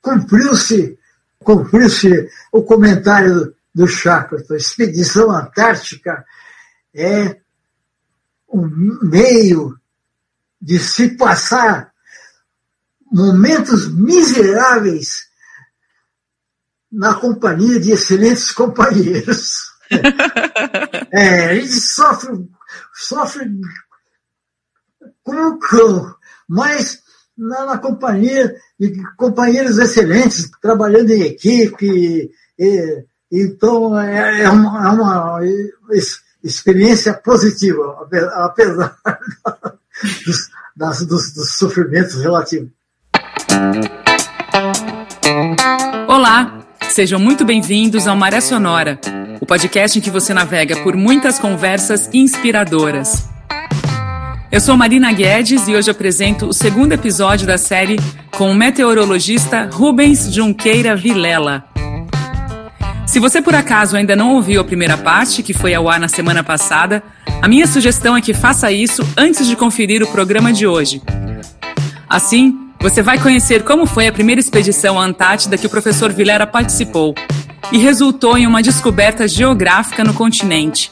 cumpriu-se o comentário do Shackleton. A expedição antártica é um meio de se passar momentos miseráveis na companhia de excelentes companheiros. A gente sofre como um cão, mas na companhia de companheiros excelentes, trabalhando em equipe. Então, é uma experiência positiva, apesar dos sofrimentos relativos. Olá, sejam muito bem-vindos ao Maré Sonora, o podcast em que você navega por muitas conversas inspiradoras. Eu sou Marina Guedes e hoje apresento o segundo episódio da série com o meteorologista Rubens Junqueira Vilela. Se você por acaso ainda não ouviu a primeira parte, que foi ao ar na semana passada, a minha sugestão é que faça isso antes de conferir o programa de hoje. Assim, você vai conhecer como foi a primeira expedição à Antártida que o professor Vilela participou e resultou em uma descoberta geográfica no continente.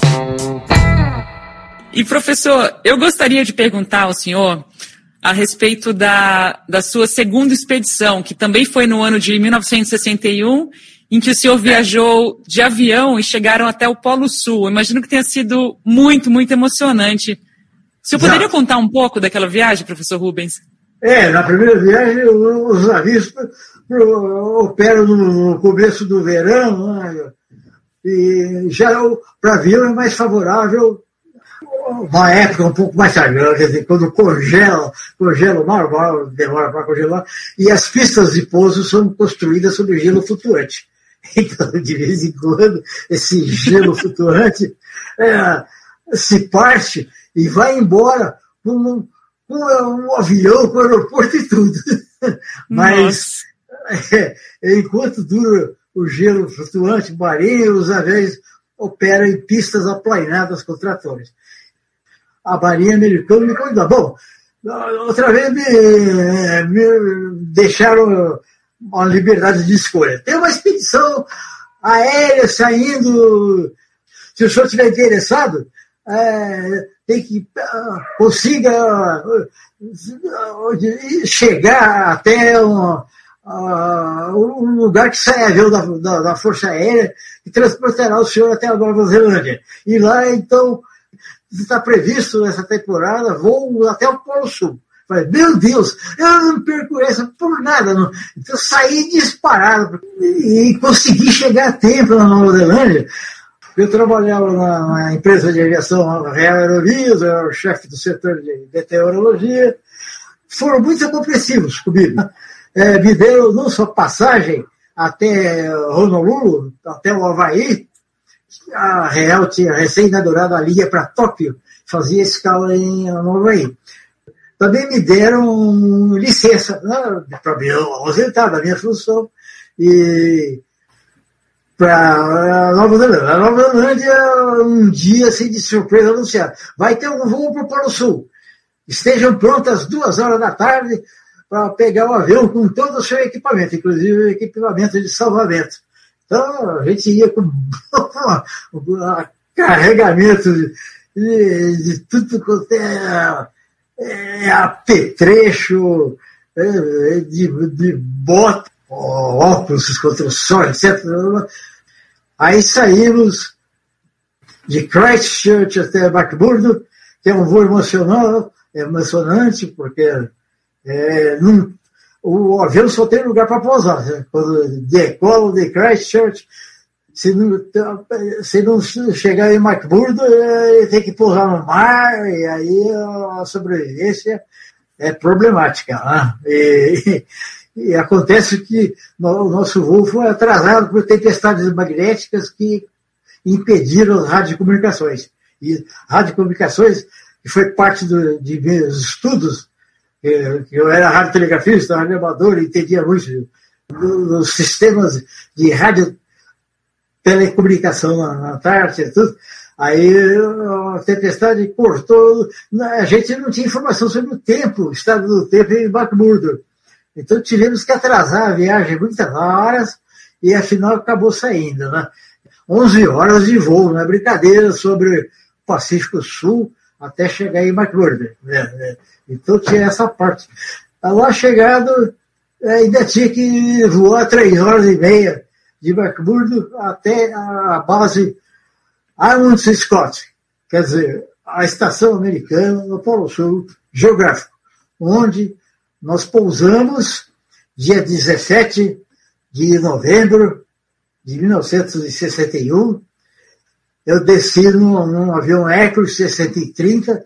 E, professor, eu gostaria de perguntar ao senhor a respeito da sua segunda expedição, que também foi no ano de 1961, em que o senhor viajou de avião e chegaram até o Polo Sul. Eu imagino que tenha sido muito, muito emocionante. O senhor poderia contar um pouco daquela viagem, professor Rubens? Na primeira viagem, os navios operam no começo do verão, né? E já para avião é mais favorável uma época um pouco mais tarde, quer dizer, quando congela o mar, demora para congelar, e as pistas de pouso são construídas sobre gelo flutuante. Então, de vez em quando, esse gelo flutuante se parte e vai embora com um avião, com o aeroporto e tudo. Mas, enquanto dura o gelo flutuante, o marinho, os aviões operam em pistas aplainadas com tratores. A Marinha Americana me convidou. Bom, outra vez me deixaram uma liberdade de escolha. Tem uma expedição aérea saindo. Se o senhor estiver interessado, tem que consiga chegar até um lugar que sai avião da Força Aérea e transportará o senhor até a Nova Zelândia. E lá, então, está previsto nessa temporada voo até o Polo Sul. Falei, meu Deus, eu não perco essa por nada. Não. Então, saí disparado e consegui chegar a tempo na Nova Zelândia. Eu trabalhava na empresa de aviação Real Aerolias, eu era o chefe do setor de meteorologia. Foram muito compreensivos comigo. Me deram não só passagem até Honolulu, até o Havaí. A Real tinha recém-inaugurado a linha para Tóquio, fazia escala em Havaí. Também me deram licença, né, para me ausentar da minha função e para a Nova Zelândia. A Nova Zelândia, um dia, assim, de surpresa, anunciaram: vai ter um voo para o Polo Sul. Estejam prontas às 2h da tarde para pegar o avião com todo o seu equipamento, inclusive o equipamento de salvamento. Então, a gente ia com carregamento de tudo quanto apetrecho, de bota, óculos contra o sol, etc. Aí saímos de Christchurch até McMurdo, que é um voo emocionante, porque o avião só tem lugar para pousar. Né? Quando decola de Christchurch, se não chegar em McMurdo, ele tem que pousar no mar, e aí a sobrevivência é problemática. Né? E acontece que o nosso voo foi atrasado por tempestades magnéticas que impediram as radiocomunicações. E radiocomunicações, que foi parte de meus estudos, eu era radiotelegrafista, radioamador, entendia muito dos sistemas de radiotelecomunicação na Antártida, tudo. Aí a tempestade cortou, a gente não tinha informação sobre o tempo, o estado do tempo em McMurdo. Então tivemos que atrasar a viagem muitas horas e afinal acabou saindo, né? 11 horas de voo, não é brincadeira, sobre o Pacífico Sul até chegar em McMurdo, né? Então tinha essa parte. Lá chegado, ainda tinha que voar 3 horas e meia de McMurdo até a base Armstrong Scott, quer dizer, a estação americana no Polo Sul geográfico, onde nós pousamos dia 17 de novembro de 1961. Eu desci num avião Hercules 630,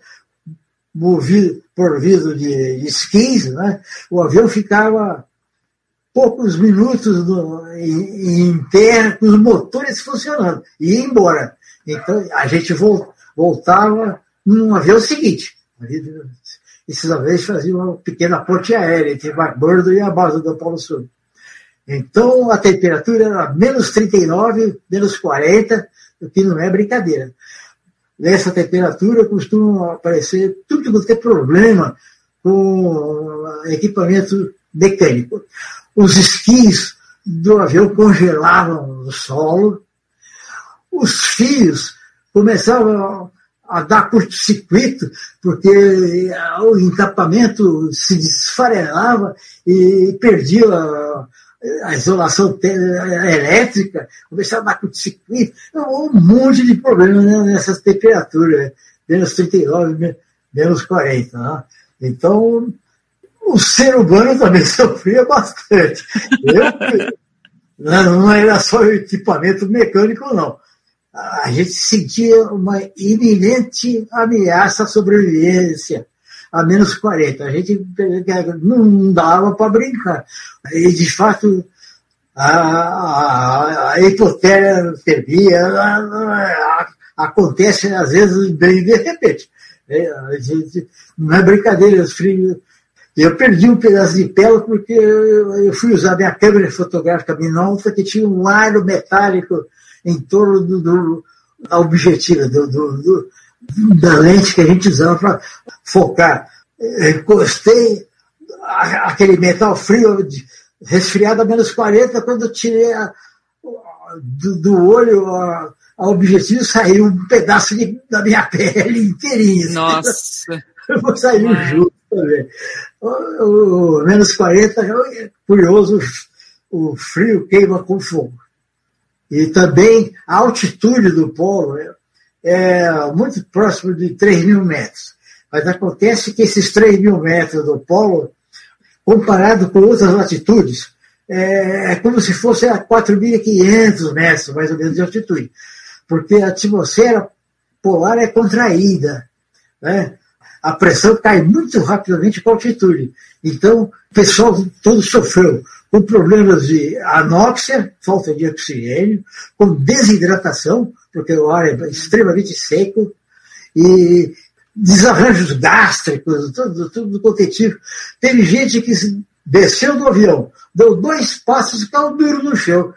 provido de skis, né? O avião ficava poucos minutos em terra, com os motores funcionando, e ia embora. Então, a gente voltava no avião seguinte. Esses aviões faziam uma pequena ponte aérea entre McMurdo e a base do Polo Sul. Então, a temperatura era menos 39, menos 40, o que não é brincadeira. Nessa temperatura costuma aparecer tudo que tem problema com equipamento mecânico. Os esquis do avião congelavam no solo, os fios começavam a dar curto-circuito, porque o encapamento se desfarelava e perdia a isolação elétrica, começava a dar curto-circuito, um monte de problemas, né, nessas temperaturas, menos 39, menos 40. Né? Então, o ser humano também sofria bastante. Não era só o equipamento mecânico, não. A gente sentia uma iminente ameaça à sobrevivência a menos 40. A gente não dava para brincar. E, de fato, a hipotermia acontece, às vezes, bem de repente. A gente, não é brincadeira, os frios. Eu perdi um pedaço de pele porque eu fui usar minha câmera fotográfica Minolta, que tinha um aro metálico em torno da objetiva, da lente que a gente usava para focar. Eu encostei aquele metal frio, resfriado a menos 40, quando eu tirei do olho a objetivo, saiu um pedaço da minha pele inteirinha. Nossa! Saiu junto também. O menos 40, é curioso, o frio queima com fogo. E também a altitude do polo é muito próximo de 3.000 metros. Mas acontece que esses 3.000 metros do polo, comparado com outras latitudes, é como se fosse a 4.500 metros, mais ou menos, de altitude. Porque a atmosfera polar é contraída, né? A pressão cai muito rapidamente com a altitude. Então, o pessoal todo sofreu com problemas de anóxia, falta de oxigênio, com desidratação, porque o ar é extremamente seco, e desarranjos gástricos, tudo quanto é tipo. Teve gente que desceu do avião, deu 2 passos e caiu duro no chão,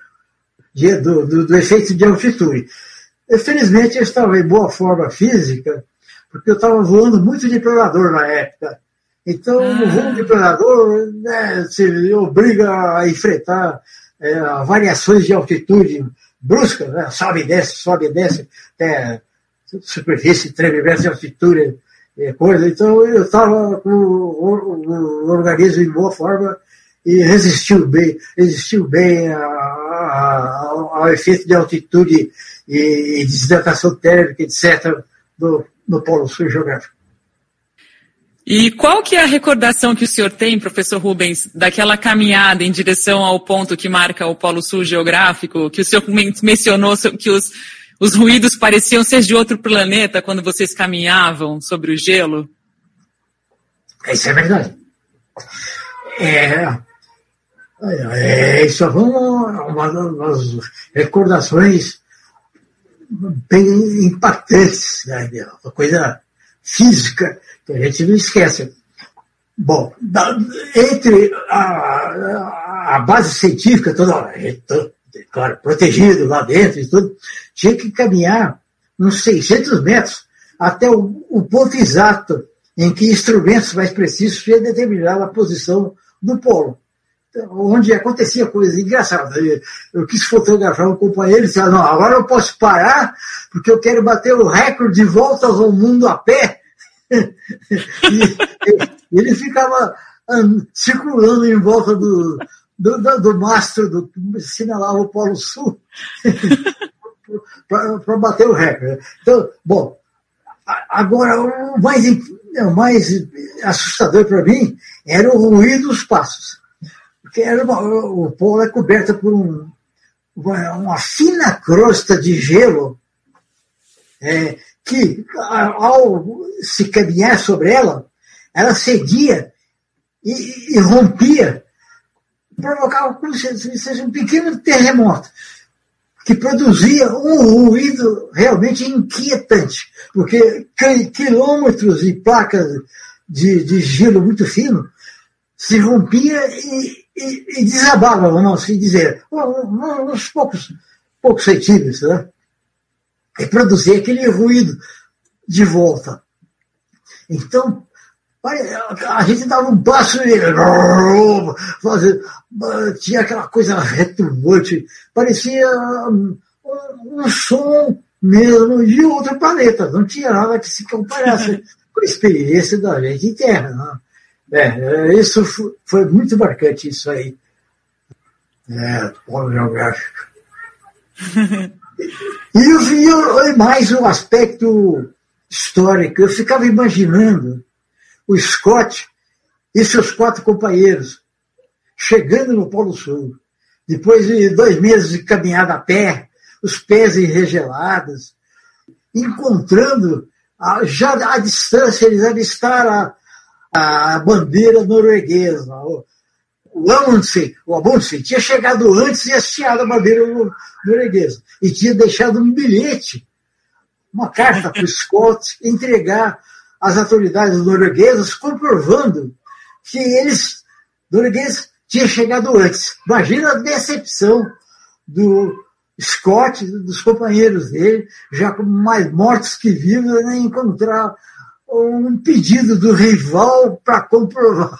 do efeito de altitude. Felizmente, eu estava em boa forma física, porque eu estava voando muito de planador na época. Então, o voo de planador, né, se obriga a enfrentar variações de altitude bruscas, né, sobe e desce, até superfície, 3 metros de altitude, coisa. Então, eu estava com o organismo em boa forma e resistiu bem ao efeito de altitude e desidratação térmica, etc., no Polo Sul geográfico. E qual que é a recordação que o senhor tem, professor Rubens, daquela caminhada em direção ao ponto que marca o Polo Sul geográfico, que o senhor mencionou que os ruídos pareciam ser de outro planeta quando vocês caminhavam sobre o gelo? Isso é verdade. Isso é uma das recordações bem impactantes, né? Uma coisa física que a gente não esquece. Bom, entre a base científica, claro, protegido lá dentro e tudo, tinha que caminhar uns 600 metros até o ponto exato em que instrumentos mais precisos iam determinar a posição do polo. onde acontecia coisas engraçadas. Eu quis fotografar um companheiro e disse, não, agora eu posso parar, porque eu quero bater o recorde de voltas ao mundo a pé. E ele ficava circulando em volta do mastro que sinalava o Polo Sul para bater o recorde. Então, bom, agora o mais assustador para mim era o ruído dos passos. Porque o polo é coberto por uma fina crosta de gelo que, ao se caminhar sobre ela, ela cedia e rompia, provocava como se fosse um pequeno terremoto, que produzia um ruído realmente inquietante, porque quilômetros de placas de gelo muito fino se rompia e desabava, vamos assim dizer, uns poucos centímetros, né? E produzia aquele ruído de volta. Então, a gente dava um passo e tinha aquela coisa retumbante, parecia um som mesmo de outro planeta, não tinha nada que se comparasse com a experiência da gente em Terra, né? Isso foi muito marcante, isso aí. Polo geográfico. E mais um aspecto histórico. Eu ficava imaginando o Scott e seus 4 companheiros chegando no Polo Sul, depois de 2 meses de caminhada a pé, os pés enregelados, encontrando, já à distância, eles avistaram a bandeira norueguesa. O Amundsen tinha chegado antes e hasteado a bandeira norueguesa e tinha deixado um bilhete, uma carta para o Scott entregar às autoridades norueguesas, comprovando que eles, noruegueses, tinham chegado antes. Imagina a decepção do Scott, dos companheiros dele, já mais mortos que vivos, né, encontrar um pedido do rival para comprovar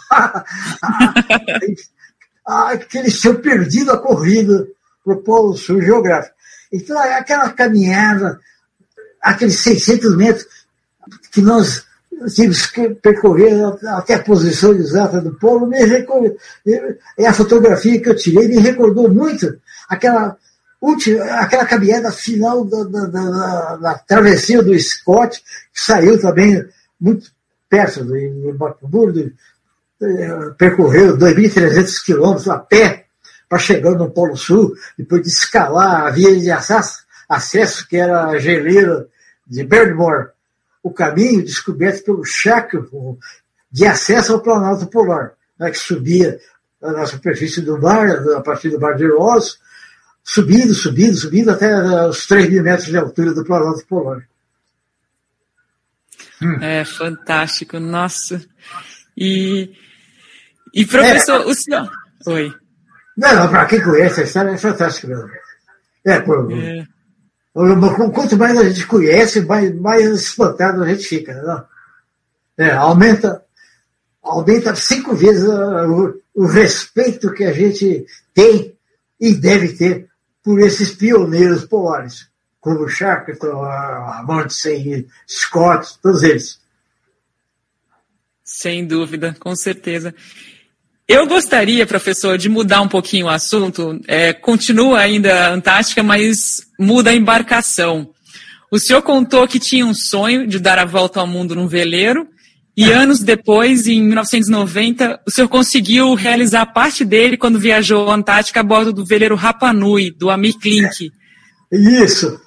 que eles tinham perdido a corrida para o Polo Sul geográfico. Então, aquela caminhada, aqueles 600 metros que nós tínhamos que percorrer até a posição exata do polo, a fotografia que eu tirei me recordou muito aquela caminhada final da travessia do Scott, que saiu também muito perto de Magdeburgo, percorreu 2.300 quilômetros a pé para chegar no Polo Sul, depois de escalar a via de acesso, que era a geleira de Bernmore, o caminho descoberto pelo Shackleton de acesso ao Planalto Polar, né, que subia na superfície do mar, a partir do Mar de Ross, subindo até os 3.000 metros de altura do Planalto Polar. É fantástico, nossa. E professor, o senhor... Oi. Não, para quem conhece a história é fantástico mesmo. Quanto mais a gente conhece, mais espantado a gente fica. Né? Aumenta 5 vezes o respeito que a gente tem e deve ter por esses pioneiros polares, como Shackleton, Amundsen, Scott, todos eles. Sem dúvida, com certeza. Eu gostaria, professor, de mudar um pouquinho o assunto. Continua ainda a Antártica, mas muda a embarcação. O senhor contou que tinha um sonho de dar a volta ao mundo num veleiro, e anos depois, em 1990, o senhor conseguiu realizar parte dele quando viajou à Antártica a bordo do veleiro Rapa Nui, do Amir Klink. Isso.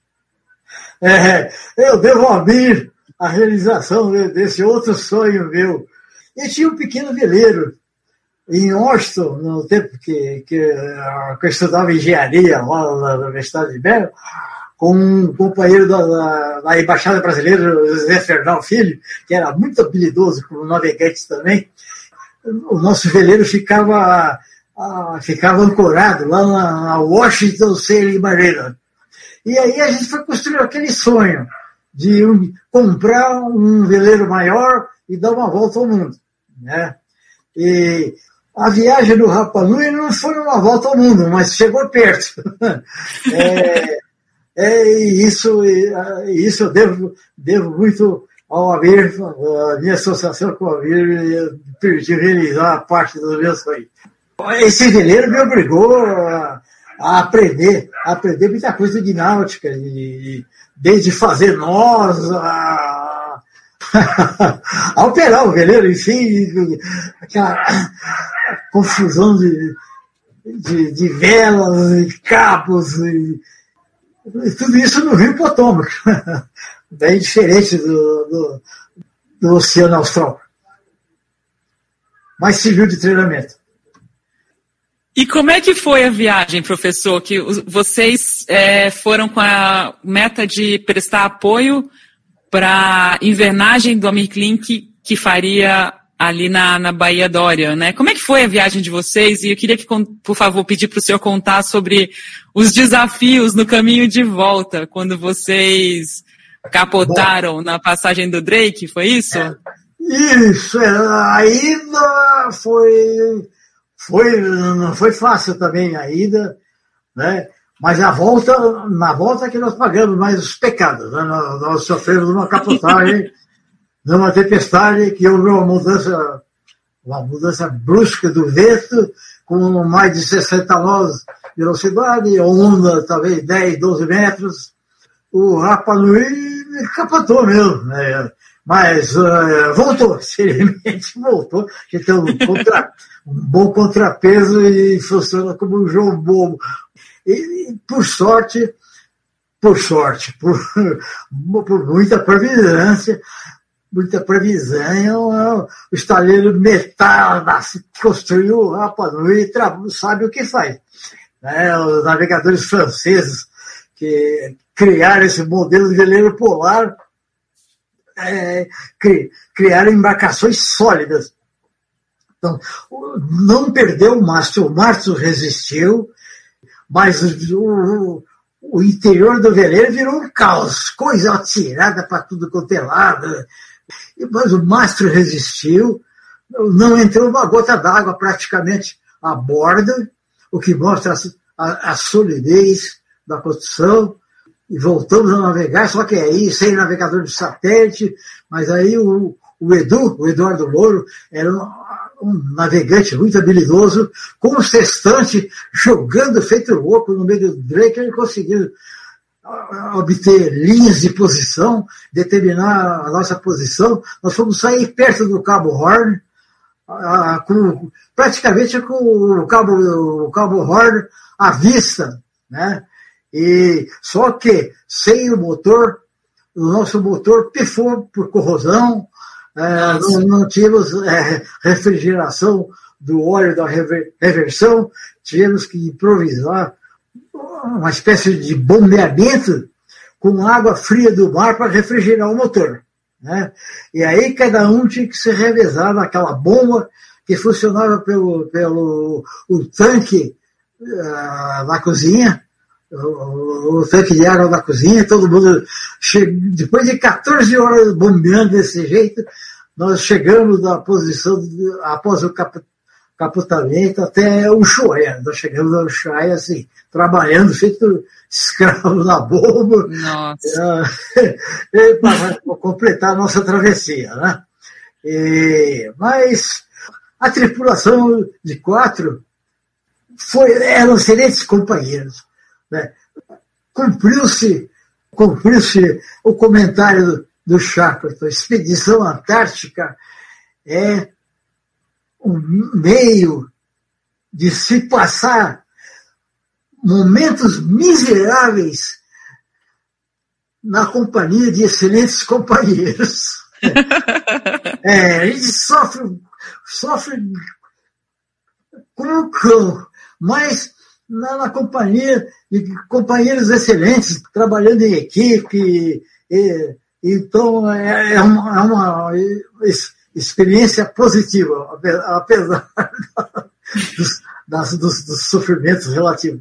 Eu devo abrir a realização desse outro sonho meu. E tinha um pequeno veleiro em Austin, no tempo que eu estudava engenharia lá na Universidade de Belo, com um companheiro da Embaixada Brasileira, José Fernão Filho, que era muito habilidoso como navegante também. O nosso veleiro ficava ancorado lá na Washington Sailing Marina. E aí a gente foi construir aquele sonho de comprar um veleiro maior e dar uma volta ao mundo, né? E A viagem do Rapa Nui não foi uma volta ao mundo, mas chegou perto. Isso eu devo muito ao Amir, a minha associação com o Amir, de realizar parte dos meus sonhos. Esse veleiro me obrigou a aprender muita coisa de náutica, desde fazer nós, a operar o veleiro, enfim, aquela confusão de velas e cabos, e tudo isso no Rio Potomac, bem diferente do Oceano Austral, mais civil de treinamento. E como é que foi a viagem, professor? Que vocês foram com a meta de prestar apoio para a invernagem do Amir Klink que faria ali na Baía Dorian, né? Como é que foi a viagem de vocês? E eu queria que, por favor, pedir para o senhor contar sobre os desafios no caminho de volta, quando vocês capotaram na passagem do Drake, foi isso? Isso, a ida não foi fácil também a ida, né? Mas na volta que nós pagamos mais os pecados, né? Nós sofremos uma capotagem, numa tempestade que houve uma mudança brusca do vento, com mais de 60 nós de velocidade, onda talvez 10, 12 metros. O Rapa Nui capotou mesmo, né? Mas voltou, seriamente voltou, que tem um bom contrapeso e funciona como um jogo bobo. E por muita previsão, o estaleiro metal que construiu o Rapa Nui sabe o que faz. Né? Os navegadores franceses que criaram esse modelo de veleiro polar, criaram embarcações sólidas. Então, não perdeu o mastro resistiu, mas o interior do veleiro virou um caos, coisa atirada para tudo quanto é lado. Mas o mastro resistiu, não entrou uma gota d'água praticamente a bordo, o que mostra a solidez da construção. E voltamos a navegar, só que aí sem navegador de satélite, mas aí o Eduardo Louro, era um navegante muito habilidoso, com um sextante jogando feito louco no meio do Drake, ele conseguiu obter linhas de posição, determinar a nossa posição. Nós fomos sair perto do Cabo Horn, praticamente com o Cabo Horn à vista, né? E só que sem o motor, o nosso motor pifou por corrosão, não tínhamos refrigeração do óleo da reversão, tivemos que improvisar uma espécie de bombeamento com água fria do mar para refrigerar o motor, né? E aí cada um tinha que se revezar naquela bomba que funcionava pelo tanque na cozinha, o tanque de água da cozinha. Todo mundo depois de 14 horas bombeando desse jeito, nós chegamos da posição após o capotamento até o Ushuaia. Nós chegamos ao Ushuaia assim, trabalhando, feito escravo na bomba, para completar a nossa travessia, né? Mas a tripulação de 4 eram excelentes companheiros, né? Cumpriu-se o comentário do Shackleton. A expedição antártica é um meio de se passar momentos miseráveis na companhia de excelentes companheiros. A gente sofre com o cão, mas na companhia de companheiros excelentes, trabalhando em equipe. Então, é uma experiência positiva, apesar dos sofrimentos relativos.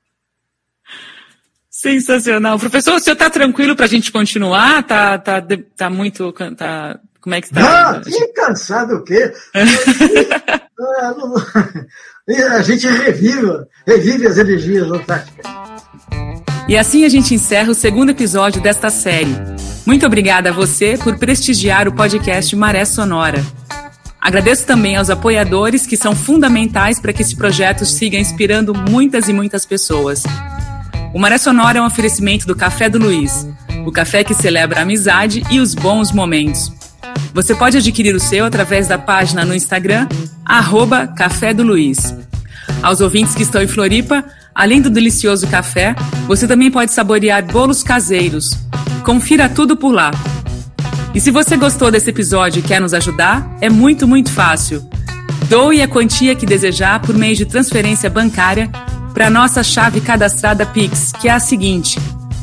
Sensacional. Professor, o senhor está tranquilo para a gente continuar? Tá muito... como é que está? Que cansado o quê? A gente revive as energias fantásticas. E assim a gente encerra o segundo episódio desta série. Muito obrigada a você por prestigiar o podcast Maré Sonora. Agradeço também aos apoiadores que são fundamentais para que esse projeto siga inspirando muitas e muitas pessoas. O Maré Sonora é um oferecimento do Café do Luiz, o café que celebra a amizade e os bons momentos. Você pode adquirir o seu através da página no Instagram, @Café do Luiz. Aos ouvintes que estão em Floripa, além do delicioso café, você também pode saborear bolos caseiros. Confira tudo por lá. E se você gostou desse episódio e quer nos ajudar, é muito, muito fácil. Doe a quantia que desejar por meio de transferência bancária para a nossa chave cadastrada Pix, que é a seguinte: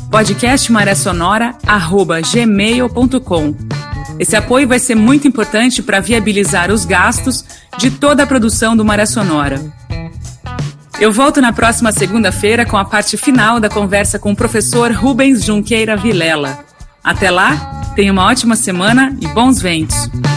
podcastmarésonora@gmail.com. Esse apoio vai ser muito importante para viabilizar os gastos de toda a produção do Maré Sonora. Eu volto na próxima segunda-feira com a parte final da conversa com o professor Rubens Junqueira Vilela. Até lá, tenha uma ótima semana e bons ventos!